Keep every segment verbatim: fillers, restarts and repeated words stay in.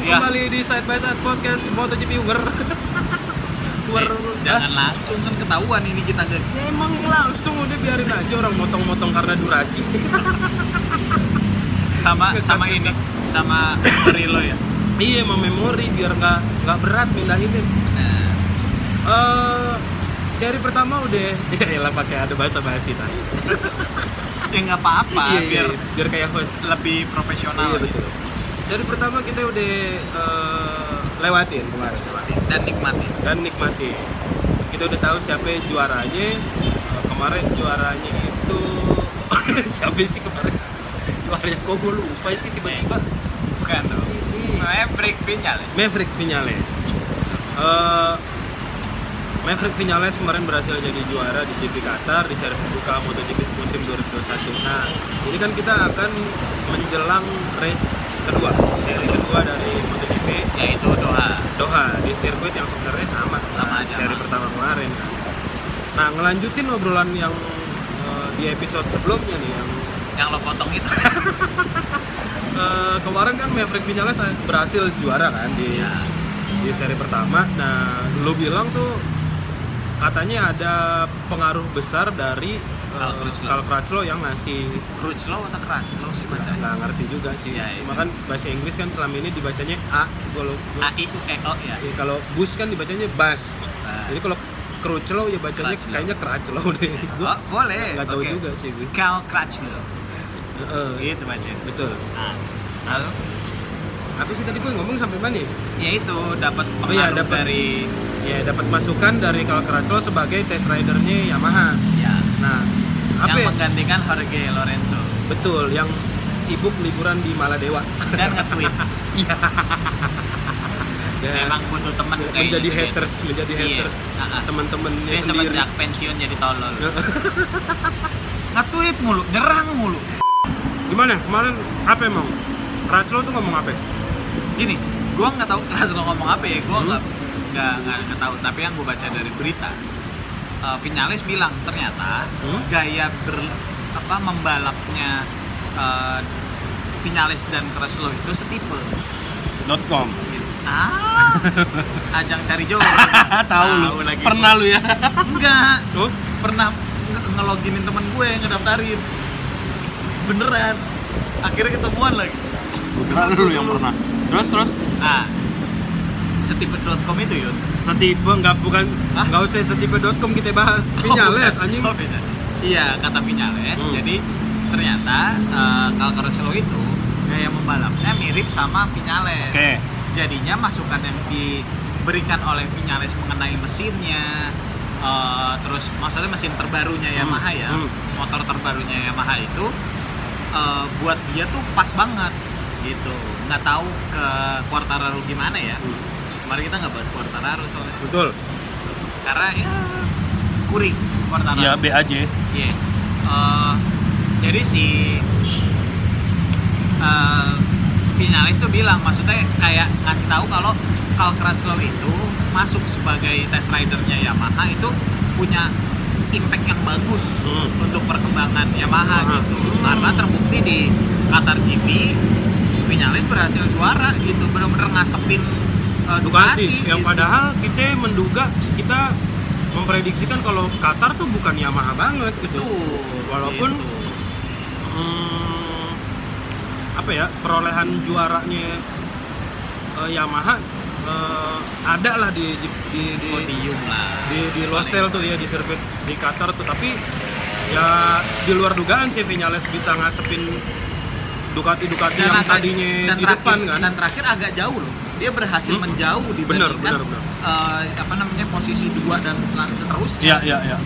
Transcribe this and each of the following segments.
ya. Kembali di Side by Side Podcast MotoGP Uber. Uber eh, jangan langsung kan ketahuan ini kita gak. Ya emang langsung udah biarin aja orang motong-motong karena durasi. sama sama ini, sama Rilo ya. Iya, emang memori biar nggak nggak berat pindahinnya. Nah, uh, seri pertama udah, ya lah pakai ada bahasa basi tadi. ya nggak apa-apa, iya, biar iya, biar kayak host lebih profesional. Iya betul. Seri pertama kita udah uh, lewatin kemarin, lewatin dan nikmatin. Dan nikmatin. Kita udah tahu siapa juaranya. Uh, kemarin juaranya itu siapa sih kemarin? Juaranya kok gue lupa sih tiba-tiba. Bukan dong. Maverick Viñales. Maverick Viñales. Uh, Maverick Viñales kemarin berhasil jadi juara di G P Qatar di seri pembuka MotoGP musim dua ribu dua puluh satu. Nah, ini kan kita akan menjelang race kedua, seri kedua dari MotoGP, yaitu Doha. Doha di sirkuit yang sebenarnya sama sama aja seri sama. pertama kemarin kan. Nah, ngelanjutin obrolan yang uh, di episode sebelumnya nih yang yang lo potong itu. Uh, kemarin kan Maverick Viñales berhasil juara kan di ya. di seri pertama. Nah, lu bilang tuh katanya ada pengaruh besar dari Cal uh, Crutchlow. Cal Crutchlow yang ngasih Crutchlow atau Crutchlow sih bacanya? Nggak ngerti juga sih. Ya, Cuma kan bahasa Inggris kan selama ini dibacanya A. Kalau A I U E O ya. ya, kalau bus kan dibacanya bus. Nah. Jadi kalau Crutchlow ya bacanya Crutchlow. kayaknya Crutchlow deh. Oh, boleh. Nggak tahu okay. juga sih gue. Cal Crutchlow. Uh, Gitu baca. Betul. Nah, lalu apa sih tadi gue ngomong sampai mana ya? ya itu dapat Oh iya, pengaruh dapat dari ya dapat masukan dari Cal Crutchlow sebagai test ridernya Yamaha. ya Nah, apa yang ya? menggantikan Jorge Lorenzo Betul, yang sibuk liburan di Maladewa dan nge-tweet. Iya. Dan Memang butuh teman kayak menjadi gitu, haters, menjadi Iya. haters. Uh-uh. Teman-temannya Dia sendiri. semenjak pensiun jadi tolol. Nge-tweet mulu, nyerang mulu. Gimana? Kemarin apa emang? Crutchlow tuh ngomong apa? Gini, gua nggak tahu keras lo ngomong apa ya, gua Hmm. nggak nggak nggak nggak tahu. Tapi yang gua baca dari berita, uh, Viñales bilang ternyata Hmm? gaya ber apa membalapnya uh, Viñales dan Crutchlow itu setipe. .com. Ah, ajang cari jodoh. Tahu lu. lagi Pernah gua. lu ya? Enggak, Oh? pernah nge- ngeloginin temen gue ngedaftarin. Beneran. Akhirnya ketemuan lagi. Beneran lu yang pernah. Terus terus Nah, setipe dot com itu yun. setipe enggak bukan Hah? enggak usah setipe dot com kita bahas. Viñales Oh, anjing. oh, beda. Iya, kata Viñales. Hmm. Jadi ternyata uh, Cal Crutchlow itu gaya membalapnya mirip sama Viñales. Oke. Jadinya masukan yang diberikan oleh Viñales mengenai mesinnya, uh, terus maksudnya mesin terbarunya Yamaha ya, Hmm. motor terbarunya Yamaha itu uh, buat dia tuh pas banget gitu. Nggak tahu ke Quartararo gimana ya. Hmm. Mari kita nggak bahas Quartararo soalnya. Betul. Karena ya kuring Quartararo. Iya, B A J. Iya. Uh, jadi si uh, Viñales tuh bilang, maksudnya kayak ngasih tahu kalau Cal Crutchlow itu masuk sebagai test ridernya Yamaha itu punya impact yang bagus Hmm. untuk perkembangan Yamaha Hmm. gitu. Karena terbukti di Qatar G P Viñales berhasil juara gitu, benar-benar ngasepin uh, Ducati, Ducati yang gitu. padahal kita menduga, kita memprediksikan kalau Qatar tuh bukan Yamaha banget gitu. Tuh, Walaupun gitu. hmm, apa ya, perolehan juaranya uh, Yamaha uh, ada lah di di di, di, podium lah di, di Losail tuh ya, di sirkuit di Qatar tuh, tapi ya di luar dugaan sih Viñales bisa ngasepin Ducati-Ducati yang agak- tadinya dan di terakhir, depan kan. dan terakhir agak jauh loh, dia berhasil Hmm. menjauh Bener, dibandingkan bener, bener. eh, apa namanya posisi dua dan selan- seterusnya. Iya, iya, iya.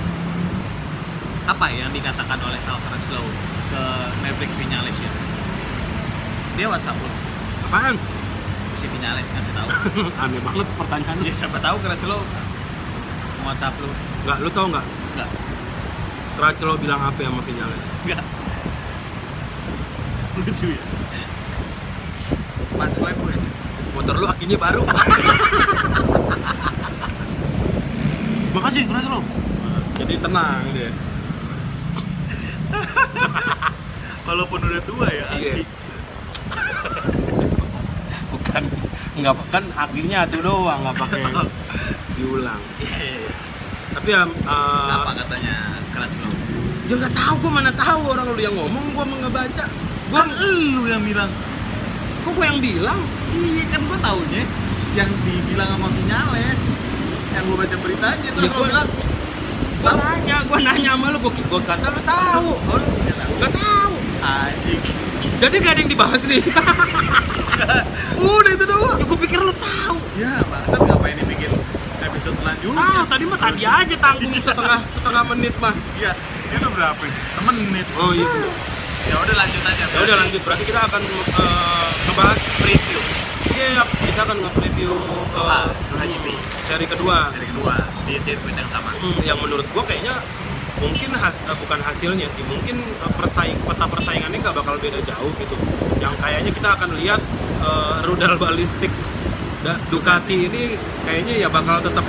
Apa yang dikatakan oleh Cal Crutchlow ke Maverick Viñales ya? Dia WhatsApp lo, Apaan? si Viñales ngasih tahu. Aneh banget pertanyaannya. Ya siapa tahu Crutchlow WhatsApp lo. Nggak, lu tau nggak? Enggak. Crutchlow bilang apa sama Viñales? Enggak. Lucu ya. Punchline bukan. Motor lu akinya baru. Makasih Crutchlow. Jadi tenang dia. Walaupun udah tua ya, Iya. aki. Bukan. kan nggak kan akhirnya itu doang nggak pakai diulang. Tapi ya uh, Apa katanya Crutchlow? ya nggak tahu, gue mana tahu, orang lu yang ngomong, gue emang nggak baca. Gua kan lu yang bilang. Kok gue yang bilang? Iya kan gua taunya yang dibilang sama Viñales. Yang gua baca beritanya terus Ya, lu gua- bilang Gue nanya, gue nanya sama lu, gue gue kata lu tahu. oh lu nggak tahu. Nggak tahu. Anjing. Jadi gak ada yang dibahas nih. Udah itu doang. Gue pikir lu tahu. Ya, bangsat ngapain ini bikin episode selanjutnya? Ah, tadi mah tadi aja tanggung setengah setengah menit mah. Iya, ini udah berapa? Temen menit. Oh iya. Ya udah lanjut aja. Ya udah lanjut. Berarti kita akan uh, ngebahas preview. Iya, kita akan nge-preview uh, Doha G P seri kedua. seri kedua di sirkuit yang sama. Hmm, yang menurut gua kayaknya mungkin has, uh, bukan hasilnya sih, mungkin uh, persaing peta persaingannya nggak bakal beda jauh gitu. Yang kayaknya kita akan lihat uh, rudal balistik da- Ducati ini kayaknya ya bakal tetap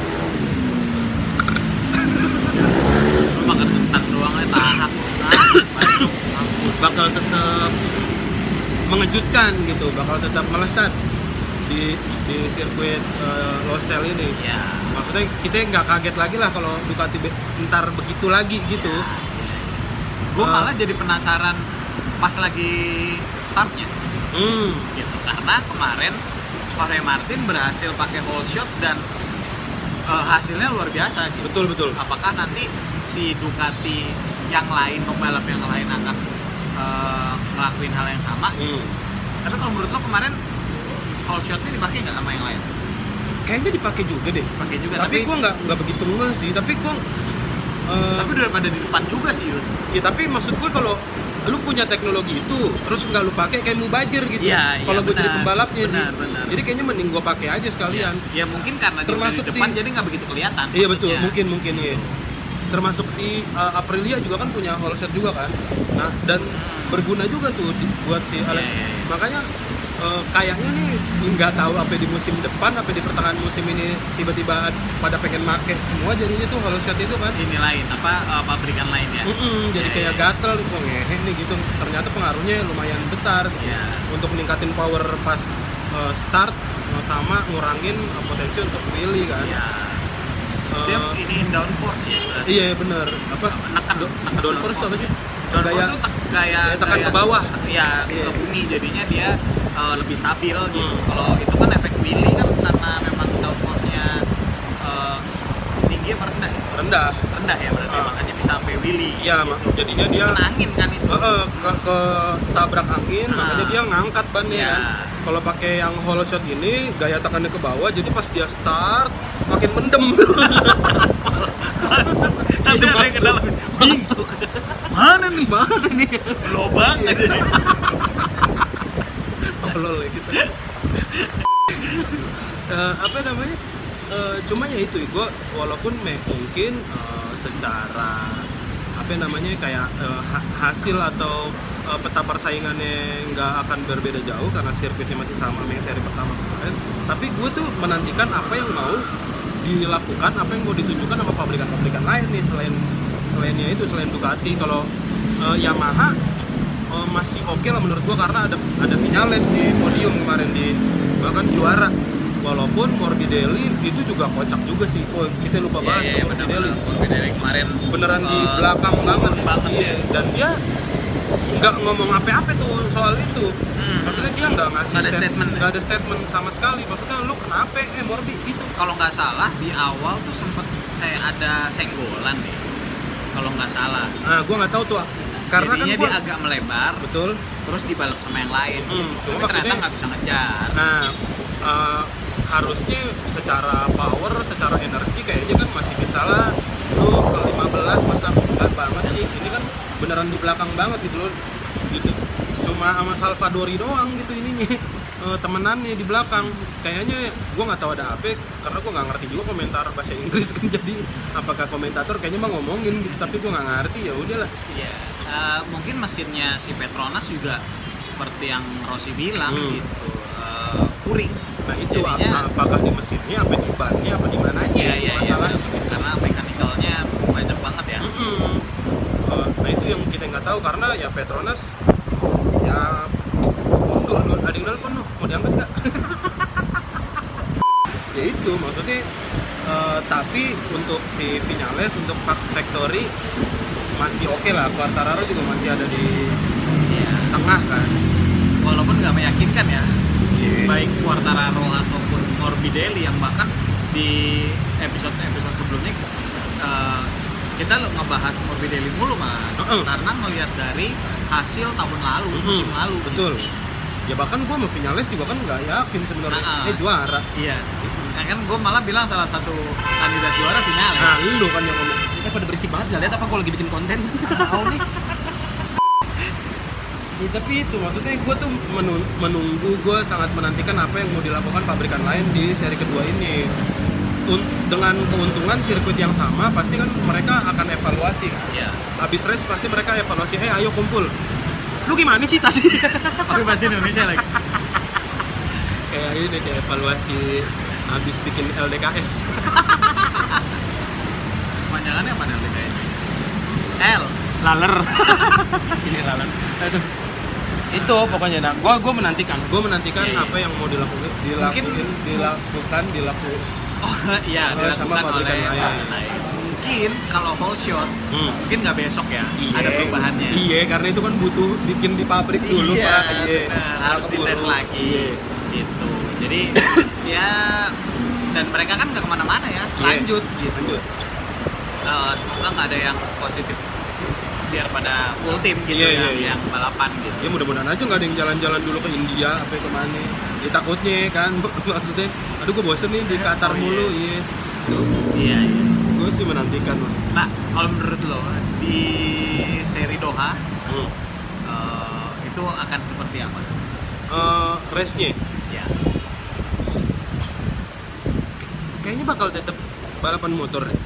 Lu makan kentang doang aja tahap. Nah, batuk, mampus. bakal tetap mengejutkan gitu, bakal tetap melesat di di sirkuit uh, Losail ini. Ya. Maksudnya kita nggak kaget lagi lah kalau Ducati be- ntar begitu lagi gitu. Gue Uh, malah jadi penasaran pas lagi startnya Hmm. gitu karena kemarin Jorge Martin berhasil pakai whole shot dan uh, hasilnya luar biasa gitu. Betul betul. Apakah nanti si Ducati yang lain, pembalap yang lain akan uh, ngelakuin hal yang sama gitu. Hmm. Tapi kalau menurut lo kemarin whole shotnya dipakai nggak sama yang lain? Kayaknya dipakai juga deh. Pakai juga, Tapi, tapi gua nggak nggak begitu ngeh sih. Tapi gua uh, tapi daripada di depan juga sih Yud. ya tapi maksud gua kalau lu punya teknologi itu terus nggak lu pakai kayak mubazir gitu. Iya, iya, Kalau gua jadi benar, pembalapnya benar, sih. benar. Jadi kayaknya mending gua pakai aja sekalian. Ya mungkin karena dia udah Termasuk di depan si- jadi nggak begitu kelihatan. Iya betul, maksudnya. mungkin mungkin iya. Termasuk si uh, Aprilia juga kan punya whole set juga kan. Nah, dan berguna juga tuh di- buat si Alex. Iya, iya, iya. Makanya uh, kayaknya nih nggak tahu apa di musim depan, apa di pertengahan musim ini tiba-tiba ad- pada pengen make semua jadinya tuh whole set itu kan. Ini lain apa uh, pabrikan lain ya? Mm-mm, jadi Iya, kayak iya. gatel, kok ngehe nih gitu. Ternyata pengaruhnya lumayan besar gitu. Iya. Untuk meningkatin power pas uh, start uh, sama ngurangin uh, potensi untuk wheelie kan. Iya. Uh, Dia ini downforce ya berarti. Iya bener. Apa? Nekan, Do- nekan downforce itu apa sih? Downforce Gaya- itu te- gaya gaya tekan gaya- ke bawah. Iya, Iya. ke bumi jadinya dia uh, lebih stabil gitu. Hmm. Kalau itu kan efek wheelie kan karena memang downforce-nya uh, tinggi apa rendah ya? Rendah. Rendah ya berarti Ah. makanya bisa sampai wheelie. Iya, mak- jadinya dia Kena angin kan itu. eh, eh, ke, ke tabrak angin, Ah. makanya dia ngangkat bannya Iya. kan. Kalau pakai yang hollow shot ini gaya tekannya ke bawah, jadi pas dia start makin mendem. Masuk. Nanti Iya, ada yang ke masuk. dalam. Masuk. Mana nih? Mana nih? Lobang Iya. aja. Tolol ya kita. Eh, apa namanya? Eh, cuma ya itu, gue walaupun me- mungkin eh, secara apa namanya kayak eh, ha- hasil atau eh, peta persaingannya nggak akan berbeda jauh karena sirkuitnya masih sama sama yang seri pertama kemarin. Tapi gue tuh menantikan apa yang mau dilakukan, apa yang mau ditunjukkan sama pabrikan-pabrikan lain nih selain selainnya itu selain Ducati. Kalau eh, Yamaha eh, masih oke lah menurut gua karena ada ada Viñales di podium kemarin di bahkan juara. Walaupun Morbidelli itu juga kocak juga sih. Oh, kita lupa bahas Iya, tentang benar-benar. Morbidelli. Morbidelli kemarin Beneran di eh, belakang banget. banget Iya, ya. dan dia nggak ngomong apa-apa tuh soal itu. Hmm. Maksudnya dia nggak ngasih Nggak ada stat- statement. nggak ada statement sama sekali. Maksudnya lu kenapa eh Morbi gitu. Kalau nggak salah di awal tuh sempet kayak ada senggolan deh. Kalau nggak salah. Nah, gua nggak tahu tuh. Karena Jadinya kan gua dia agak melebar, betul. terus dibalap sama yang lain. Hmm, gitu. cuma Tapi ternyata maksudnya- nggak bisa ngejar. Nah, eh, harusnya secara power, secara energi kayaknya kan masih bisa lah. Lu ke lima belas masa enggak banget sih. Ini kan beneran di belakang banget gitu loh. Gitu. Cuma sama Salvadori doang gitu ininya. Eh, temenannya di belakang. Kayaknya gua nggak tahu ada apa karena gua nggak ngerti juga komentar bahasa Inggris kan, jadi apakah komentator kayaknya mah ngomongin gitu tapi gua nggak ngerti, ya udahlah. Iya. Eh, mungkin mesinnya si Petronas juga seperti yang Rossi bilang Hmm. gitu. Eh, kuring. Nah, itu Jadinya- ap- apakah di mesinnya, apa di bannya, apa di mananya Iya, iya, iya. masalahnya. benar. Karena mekanikalnya banyak banget ya. Mm-mm. Uh, nah itu yang kita nggak tahu karena ya Petronas ya mundur dulu. Ada yang nelpon loh, mau diangkat nggak? ya itu maksudnya uh, tapi untuk si Viñales untuk Factory masih oke okay lah, Quartararo juga masih ada di Iya. tengah kan, Walaupun nggak meyakinkan ya, yeah. baik Quartararo ataupun Morbidelli yang bahkan di episode-episode sebelumnya uh, kita ngebahas Morbidelli mulu man, uh-uh. karena melihat dari hasil tahun lalu, uh-uh. musim lalu. Betul. Ya bahkan gue sama Viñales juga kan nggak yakin sebenarnya Nah, eh juara. Iya. Nah, kan gue malah bilang salah satu kandidat juara Viñales. Nah, lu kan yang ngomong. Eh pada berisik banget, nggak lihat apa gue lagi bikin konten? Tahu nih. Ya, tapi itu maksudnya gue tuh menun- menunggu, gue sangat menantikan apa yang mau dilakukan pabrikan lain di seri kedua ini. Un- dengan keuntungan sirkuit yang sama, pasti kan mereka akan evaluasi kan. Iya. Habis race pasti mereka evaluasi, eh ayo kumpul. Lu gimana sih tadi? Tapi bahasa Indonesia lagi. Kayak ini kayak evaluasi habis bikin L D K S. Panjangannya apa nih guys? L. Laler. Ini lalan. Aduh. Itu pokoknya nah, gua gua menantikan. Gua menantikan Iya, iya. apa yang mau dilakukan, dilakukan, Mungkin- dilakukan, dilakukan. Oh iya, Oh, sama dilakukan pabrikan oleh lain. pabrikan lain. Mungkin kalau whole shot, Hmm. mungkin nggak besok ya, ada perubahannya. Iya, karena itu kan butuh bikin di pabrik dulu, Iya, Pak. Iya. benar. Harus Keburu. dites lagi. Iya. Gitu. Jadi ya dan mereka kan nggak kemana-mana ya, Iya. lanjut gitu. Lanjut. Eh, semoga nggak ada yang positif biar pada full tim gitu Iya, ya, iya, iya. yang balapan gitu. Ya mudah-mudahan aja nggak ada yang jalan-jalan dulu ke India apa kemana. Ya takutnya kan maksudnya, aduh gue bosen nih di Qatar Oh, iya. mulu. Iya. Tuh. Iya, iya. Gue sih menantikan lah. Nah, kalau menurut lo di seri Doha Hmm. eh, itu akan seperti apa? Uh, race-nya Ya. kayaknya bakal tetap balapan motor deh.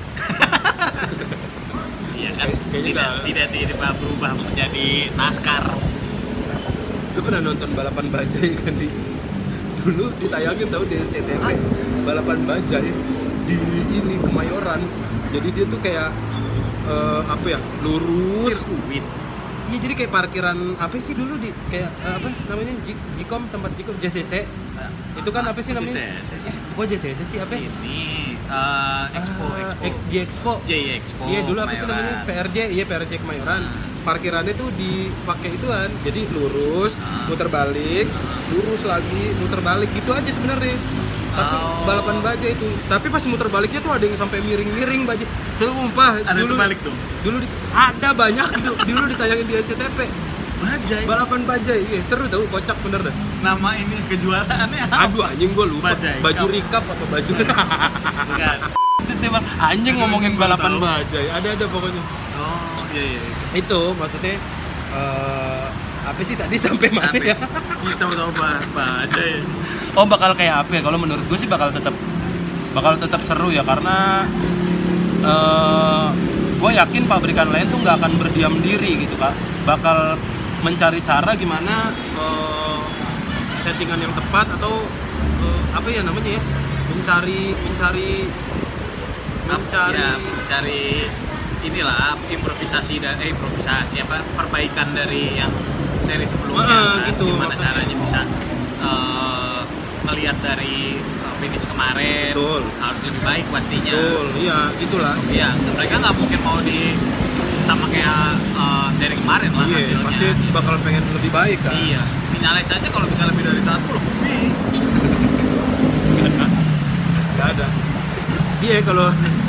Iya kan, Kayak- kayaknya tidak nggak- tidak tidak berubah menjadi NASCAR. Lu pernah nonton balapan bajai kan di dulu ditayangin tahu di S C T V balapan bajai di ini Kemayoran. Jadi dia tuh kayak eh, apa ya lurus. Sirkuit. Iya jadi kayak parkiran apa sih dulu di kayak eh, apa namanya J- Jikom tempat Jikom J C C. Itu kan apa sih namanya? J C C. Kok J C C sih apa? Ini eh, Expo, Ah, Expo, X- J Expo. J Expo. Iya dulu apa sih Kemayoran. namanya P R J, iya P R J Kemayoran. Hmm. Parkirannya tuh dipakai ituan, jadi lurus, Ah. muter balik, lurus lagi, muter balik gitu aja sebenarnya. Tapi Oh. balapan baja itu. Tapi pas muter baliknya tuh ada yang sampai miring-miring baja. Sumpah Ada dulu terbalik dong. dulu di- ada banyak dulu, dulu ditayangin di R C T V. Bajai. Balapan bajai, iya seru tau, kocak bener dah. Nama ini kejuaraannya apa? Aduh anjing gua lupa. Bajai Baju Cup. recap apa baju? Bukan. Terus dia bilang, anjing ngomongin Gua balapan tahu. bajai. Ada-ada pokoknya. Oh, iya iya. Itu maksudnya eh, apa sih tadi sampai mana Tapi ya? kita tahu bah bajai. Oh bakal kayak apa ya? Kalau menurut gue sih bakal tetap bakal tetap seru ya karena eh gue yakin pabrikan lain tuh nggak akan berdiam diri gitu Kak. Bakal mencari cara gimana Eh, settingan yang tepat atau eh, apa ya namanya ya? Mencari mencari mencari Ya, mencari inilah improvisasi dan eh, improvisasi apa perbaikan dari yang seri sebelumnya. Ah, kan. gitu, Gimana makanya. caranya bisa eh, melihat dari eh, finish kemarin Betul. harus lebih baik pastinya. Betul, iya gitulah. Iya, mereka nggak mungkin mau di sama kayak eh, seri kemarin lah Iya, hasilnya. pasti bakal pengen lebih baik kan. Iya, finalis aja kalau bisa lebih dari satu lebih. Gak ada. Dia kalau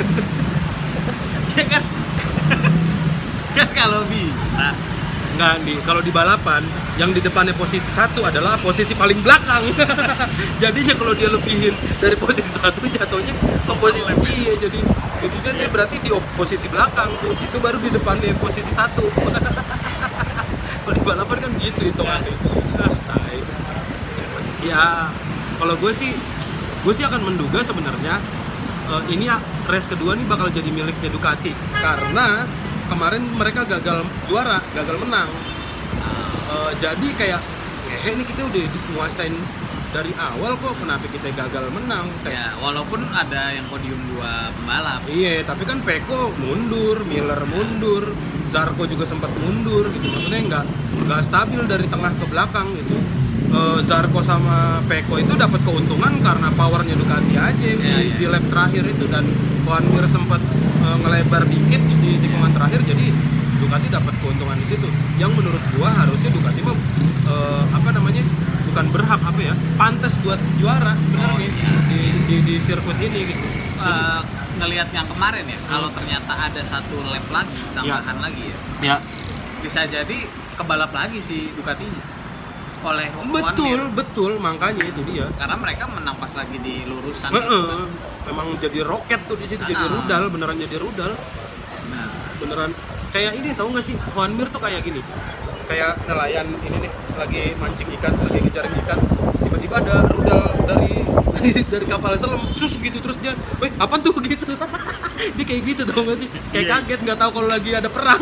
Ya kan? Kan kalau bisa. nggak di kalau di balapan yang di depannya posisi satu adalah posisi paling belakang. Jadinya kalau dia lebihin dari posisi satu jatuhnya ke posisi iya jadi jadi kan dia berarti di op- posisi belakang tuh itu baru di depannya posisi satu. Kalau di balapan kan gitu hitungannya. Ah, tai. Ya kalau gue sih gue sih akan menduga sebenarnya eh, ini ya race kedua nih bakal jadi miliknya Ducati karena kemarin mereka gagal juara, gagal menang. Eh, jadi kayak, eh ini kita udah dikuasain dari awal kok, kenapa kita gagal menang? Kayak, Ya, walaupun ada yang podium dua pembalap. iya, tapi kan Peko mundur, Miller mundur, Zarco juga sempat mundur gitu. Maksudnya nggak nggak stabil dari tengah ke belakang gitu. eh, Zarco sama Pecco itu dapat keuntungan karena powernya Ducati aja di, Iya, iya. di lap terakhir itu, dan Juan Mir sempat eh, ngelebar dikit di tikungan terakhir, jadi Ducati dapat keuntungan di situ. Yang menurut gua harusnya Ducati mah eh, apa namanya? bukan berhak apa ya? Pantas buat juara sebenarnya Oh, iya. di, di di sirkuit ini gitu. Jadi, Eh, ngelihat yang kemarin ya, kalau ternyata ada satu lap lagi, tambahan lagi ya, Ya, bisa jadi kebalap lagi si Ducati oleh Juan betul, Mir. betul, makanya itu dia. Karena mereka menang pas lagi di lurusan Heeh, itu kan. memang jadi roket tuh di situ, jadi Ah. rudal, beneran jadi rudal. Nah, Beneran kayak ini, tahu nggak sih, Juan Mir tuh kayak gini, kayak nelayan ini nih lagi mancing ikan, lagi ngejar ikan, tiba-tiba ada rudal dari dari kapal selam sus gitu, terus dia, weh apa tuh gitu. Dia kayak gitu, tau nggak sih, kayak Iya. kaget nggak tahu kalau lagi ada perang.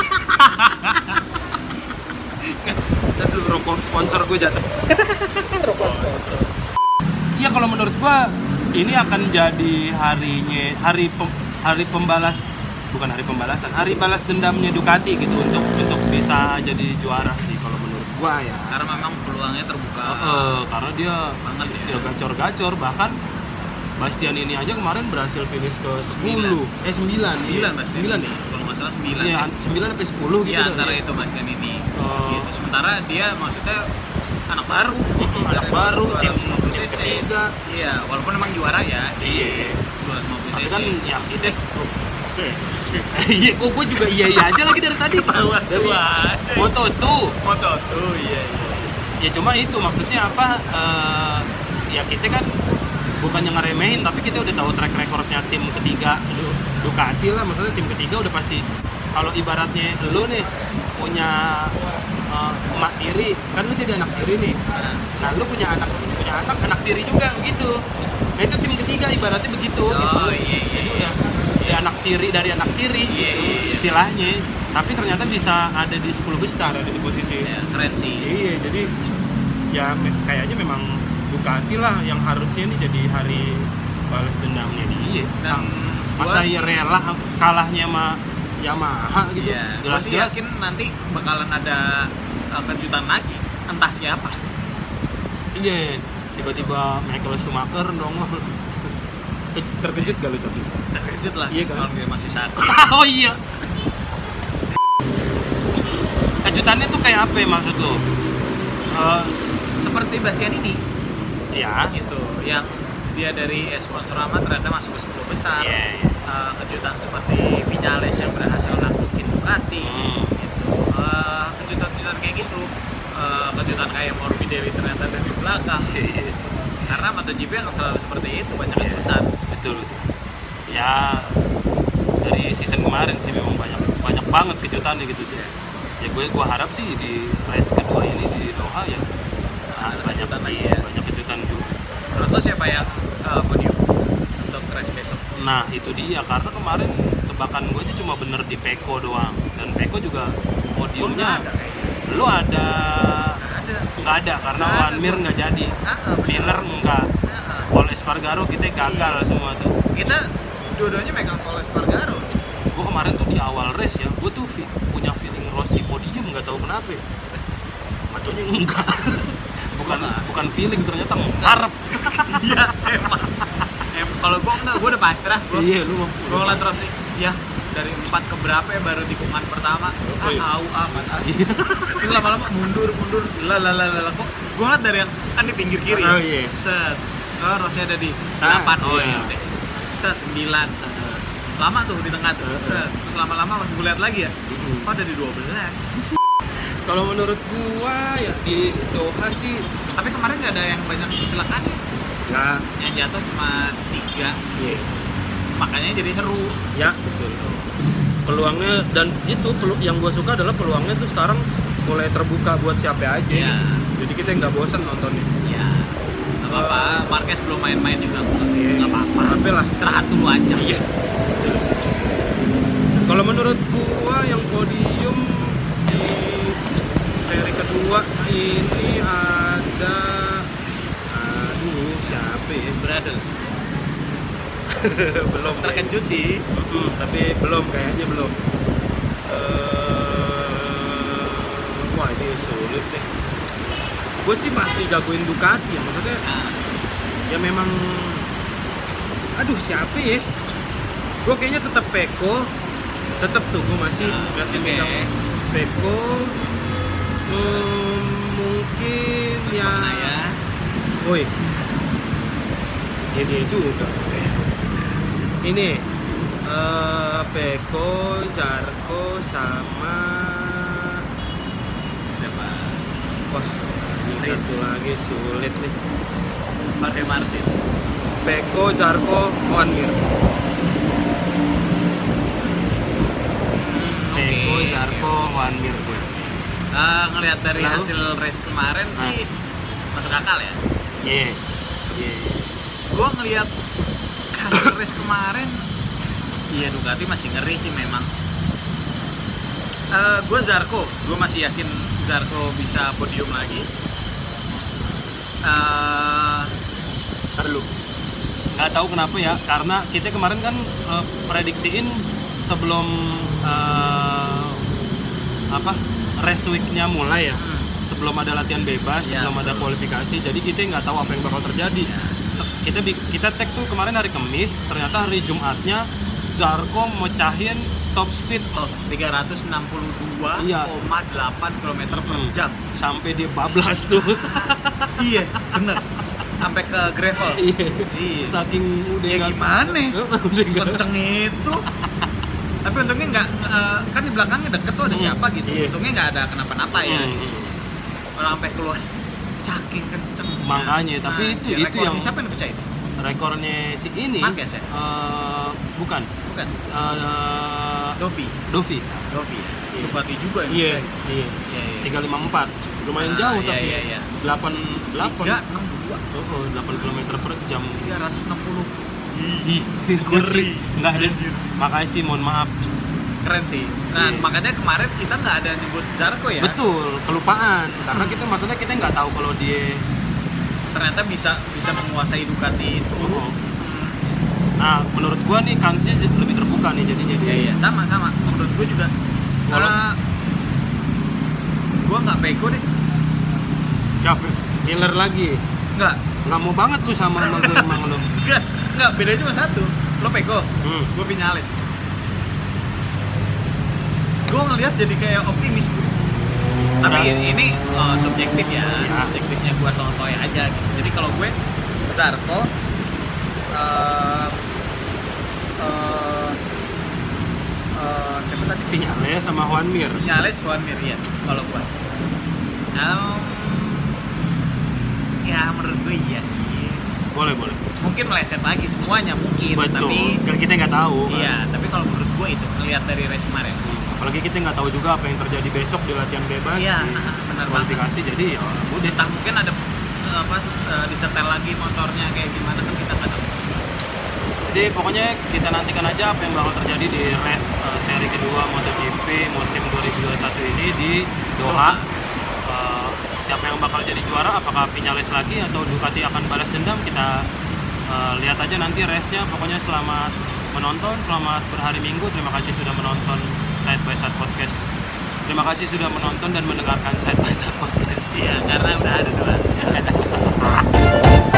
Aduh, rokok sponsor gue jatuh. Rokok sponsor. iya kalau menurut gua ini akan jadi harinya hari pem, hari pembalas bukan hari pembalasan, hari balas dendamnya Ducati gitu untuk untuk bisa jadi juara sih kalau menurut gua ya. karena memang peluangnya terbuka Heeh, karena dia banget ya. ya gacor-gacor, bahkan Bastian ini aja kemarin berhasil finish ke sepuluh eh sembilan sembilan Bastian sembilan ini. nih Kalau nggak salah sembilan. iya sembilan sampai sepuluh gitu Iya, dah, antara ya. itu Bastian ini. Oh. Gitu. Sementara dia maksudnya anak baru, Mm-mm, anak Dari baru, dua ratus lima puluh tim cc. ketiga. Iya, walaupun emang juara ya. Iya. dua ratus lima puluh Tapi cc. kan ya itu iya, kok gue juga iya iya aja lagi dari tadi Ketahuan dari tua. Moto tuh. Moto tuh, iya iya. Ya cuma itu maksudnya apa? eh, ya kita kan bukannya ngeremehin, tapi kita udah tahu track recordnya tim ketiga Du- Ducati lah, maksudnya tim ketiga udah pasti. Kalau ibaratnya lu nih punya eh, emak tiri, kan lu jadi anak tiri nih. Nah lu punya anak punya anak anak tiri juga gitu. Nah itu tim ketiga ibaratnya begitu. Oh, gitu. iya, iya, Jadi iya. udah ya anak tiri dari anak tiri Iya, gitu iya, iya. istilahnya. Tapi ternyata bisa ada di sepuluh besar, ada di posisi. Ya, keren sih. Iya, jadi ya me- kayaknya memang Ducati lah yang harusnya nih jadi hari balas dendamnya dia. Dan Masa gua ya sih- rela kalahnya sama Yamaha gitu. Iya, gua sih Jelas-jelas yakin nanti bakalan ada uh, kejutan lagi, entah siapa. iya, tiba-tiba Michael Schumacher dong. Ke- Terkejut gak lu tapi? Terkejut lah, Iya kan? kalau dia masih sakit. Oh iya. Kejutannya tuh kayak apa ya maksud lo? Eh, Seperti Bastian ini, ya, gitu, yang dia dari eh, sponsor amat ternyata masuk ke sepuluh besar. Iya, iya. Uh, kejutan seperti Viñales yang berhasil naklukin Ducati, Hmm. gitu. Uh, kejutan-kejutan kayak gitu. Uh, kejutan kayak Morbidelli ternyata ada di belakang. Karena MotoGP akan selalu seperti itu, banyak kejutan. betul. Ya dari season kemarin sih memang banyak banyak banget kejutannya gitu ya. Ya gue gue harap sih di race kedua ini di Doha ya nah, Ada banyak kejutan lagi iya, ya. banyak kejutan juga. Menurut lo siapa yang uh, podium untuk race besok? Nah itu dia, karena kemarin tebakan gue aja cuma bener di Pecco doang, dan Pecco juga Oh, nggak podiumnya ada kayaknya. lu ada Nggak ada. nggak ada karena Nggak Juan ada Mir tuh. nggak jadi, Ah, ah, bener. Miller enggak, Nah, Paul Espargaro kita gagal Iya. semua tuh. kita dua-duanya megang Paul Espargaro. Gue kemarin tuh di awal race ya, gue tuh fi- punya feeling Rossi podium, nggak tahu kenapa ya. Matunya enggak. bukan Enggak. bukan feeling, ternyata mengharap. Iya, emang. Em, kalau gua enggak, gua udah pasrah. Gua, Iya, lu mau. gua ngeliat Rossi, ya dari empat ke berapa ya baru tikungan pertama. Ah, Oh, iya. au amat. Ah. Iya. Terus lama-lama mundur, mundur. Lah lah lah lah kok. Gua ngeliat dari yang kan di pinggir kiri. Oh, ya. iya. Set. Oh, Rossi ada di Ah, delapan. Oh, iya. iya udah. Set sembilan. Lama tuh di tengah tuh. Set. Terus lama-lama masih gua lihat lagi ya. Mm-mm. Kok ada di dua belas. Kalau menurut gua ya di Doha sih Tapi kemarin nggak ada yang banyak kecelakaan ya. nggak, Yang jatuh cuma tiga. iya, Makanya jadi seru. ya betul. Peluangnya, dan itu pelu- yang gua suka adalah peluangnya tuh sekarang mulai terbuka buat siapa aja. Iya. Jadi kita nggak bosan nontonnya. Ya, nggak apa-apa. Marquez belum main-main juga, Iya. nggak apa-apa. Sampai lah. Istirahat dulu aja. Iya. Kalau menurut gua yang podium di seri kedua ini ada, aduh siapa ya? Brother. belum. Terkejut sih. Mm-mm, tapi belum, kayaknya belum. Eh, wah ini sulit nih. gue sih masih jagoin Ducati ya, maksudnya Nah, ya memang, aduh siapa ya? Gue kayaknya tetap Pecco, tetap tuh gue masih Nah, masih oke. megang Pecco. Hmm, mungkin terus ya. mana ya? Woi, ini juga. Ini eh Pecco, Zarco sama Siapa? wah ini Rins. satu lagi sulit nih. Jorge Martin. Pecco, Zarco, Juan Mir. Pecco, Oke. Zarco, Juan Mir gue. Eh, ngelihat dari Lalu? hasil race kemarin Nah. sih masuk akal ya. Iya. Iya. Gua ngelihat hasil race kemarin, iya Ducati masih ngeri sih memang. Eh, gue Zarco, gue masih yakin Zarco bisa podium lagi. Eh, Terlalu nggak tahu kenapa ya, karena kita kemarin kan eh, prediksiin sebelum eh, apa race week-nya mulai ya, hmm, sebelum ada latihan bebas, Ya, sebelum ada betul. kualifikasi, jadi kita nggak tahu apa yang bakal terjadi. ya. Kita bi- kita tag tuh kemarin hari Kamis, ternyata hari Jumatnya Zarco mecahin top speed Top tiga ratus enam puluh dua Iya. koma delapan kilometer per Hmm. jam. sampai dia bablas tuh. Iya, bener. Sampai ke gravel. Iya. Iya. Saking udah Ya nggak- gimana? Udah nggak- Kenceng itu. Tapi untungnya nggak, eh, kan di belakangnya deket tuh ada Hmm. siapa gitu. Iya. Untungnya nggak ada kenapa-napa ya. Hmm. Orang sampai keluar saking kenceng. Makanya, tapi itu- itu yang- siapa yang dipecahin? Rekornya si ini Marquez ya? eh, bukan Bukan. eh, Dovi. Dovi. Dovi ya. Iya. Ducati juga yang Iya, dipecahin. iya. Iya, iya. tiga lima empat. Lumayan Ah, jauh iya, tapi. iya, iya. delapan delapan. tiga enam dua Oh, delapan kilometer per jam. tiga ratus enam puluh. Ih, Ngeri. Enggak deh. Anjir. Makasih, mohon maaf. Keren sih. Nah, Iya. makanya kemarin kita nggak ada nyebut Zarco ya. Betul, kelupaan. Karena Hmm. kita maksudnya kita nggak tahu kalau dia. Ternyata bisa bisa menguasai Ducati itu. Oh. Hmm. Nah, menurut gua nih kansnya j- lebih terbuka nih jadi jadi. Iya, iya, sama sama. Menurut gue juga. Walau- Eh, gua nggak Pecco deh. Siapa? Miller lagi. Nggak. Nggak mau banget lu sama sama gue emang lu. Nggak. Nggak. Beda cuma satu. Lo Pecco, Hmm. gue Vinales. Gue ngelihat jadi kayak optimis gue. Tapi Nah. ini, ini, eh, subjektif ya. Ya. Subjektifnya gue sotoy aja gitu. Jadi kalau gue Zarco, eh, eh, eh, siapa tadi? Vinales sama Juan Mir. Vinales, Juan Mir ya. Kalau gue, um, ya menurut gue iya sih. Boleh, boleh. Mungkin meleset lagi semuanya mungkin. Betul. Tapi Kan kita nggak tahu. kan. iya. Tapi kalau menurut gue itu ngelihat dari race kemarin. Hmm. Apalagi kita nggak tahu juga apa yang terjadi besok di latihan bebas. Iya, di benar kualifikasi. Jadi ya udah. Entah mungkin ada eh, apa eh, disetel lagi motornya kayak gimana kan kita nggak tahu. Jadi pokoknya kita nantikan aja apa yang bakal terjadi di race uh, seri kedua MotoGP musim dua ribu dua puluh satu ini di Doha. Uh, siapa yang bakal jadi juara? Apakah Vinales lagi atau Ducati akan balas dendam? Kita uh, lihat aja nanti race-nya. Pokoknya selamat menonton, selamat berhari Minggu. Terima kasih sudah menonton Side by Side Podcast. Terima kasih sudah menonton dan mendengarkan Side by Side Podcast. Iya, karena udah ada dua.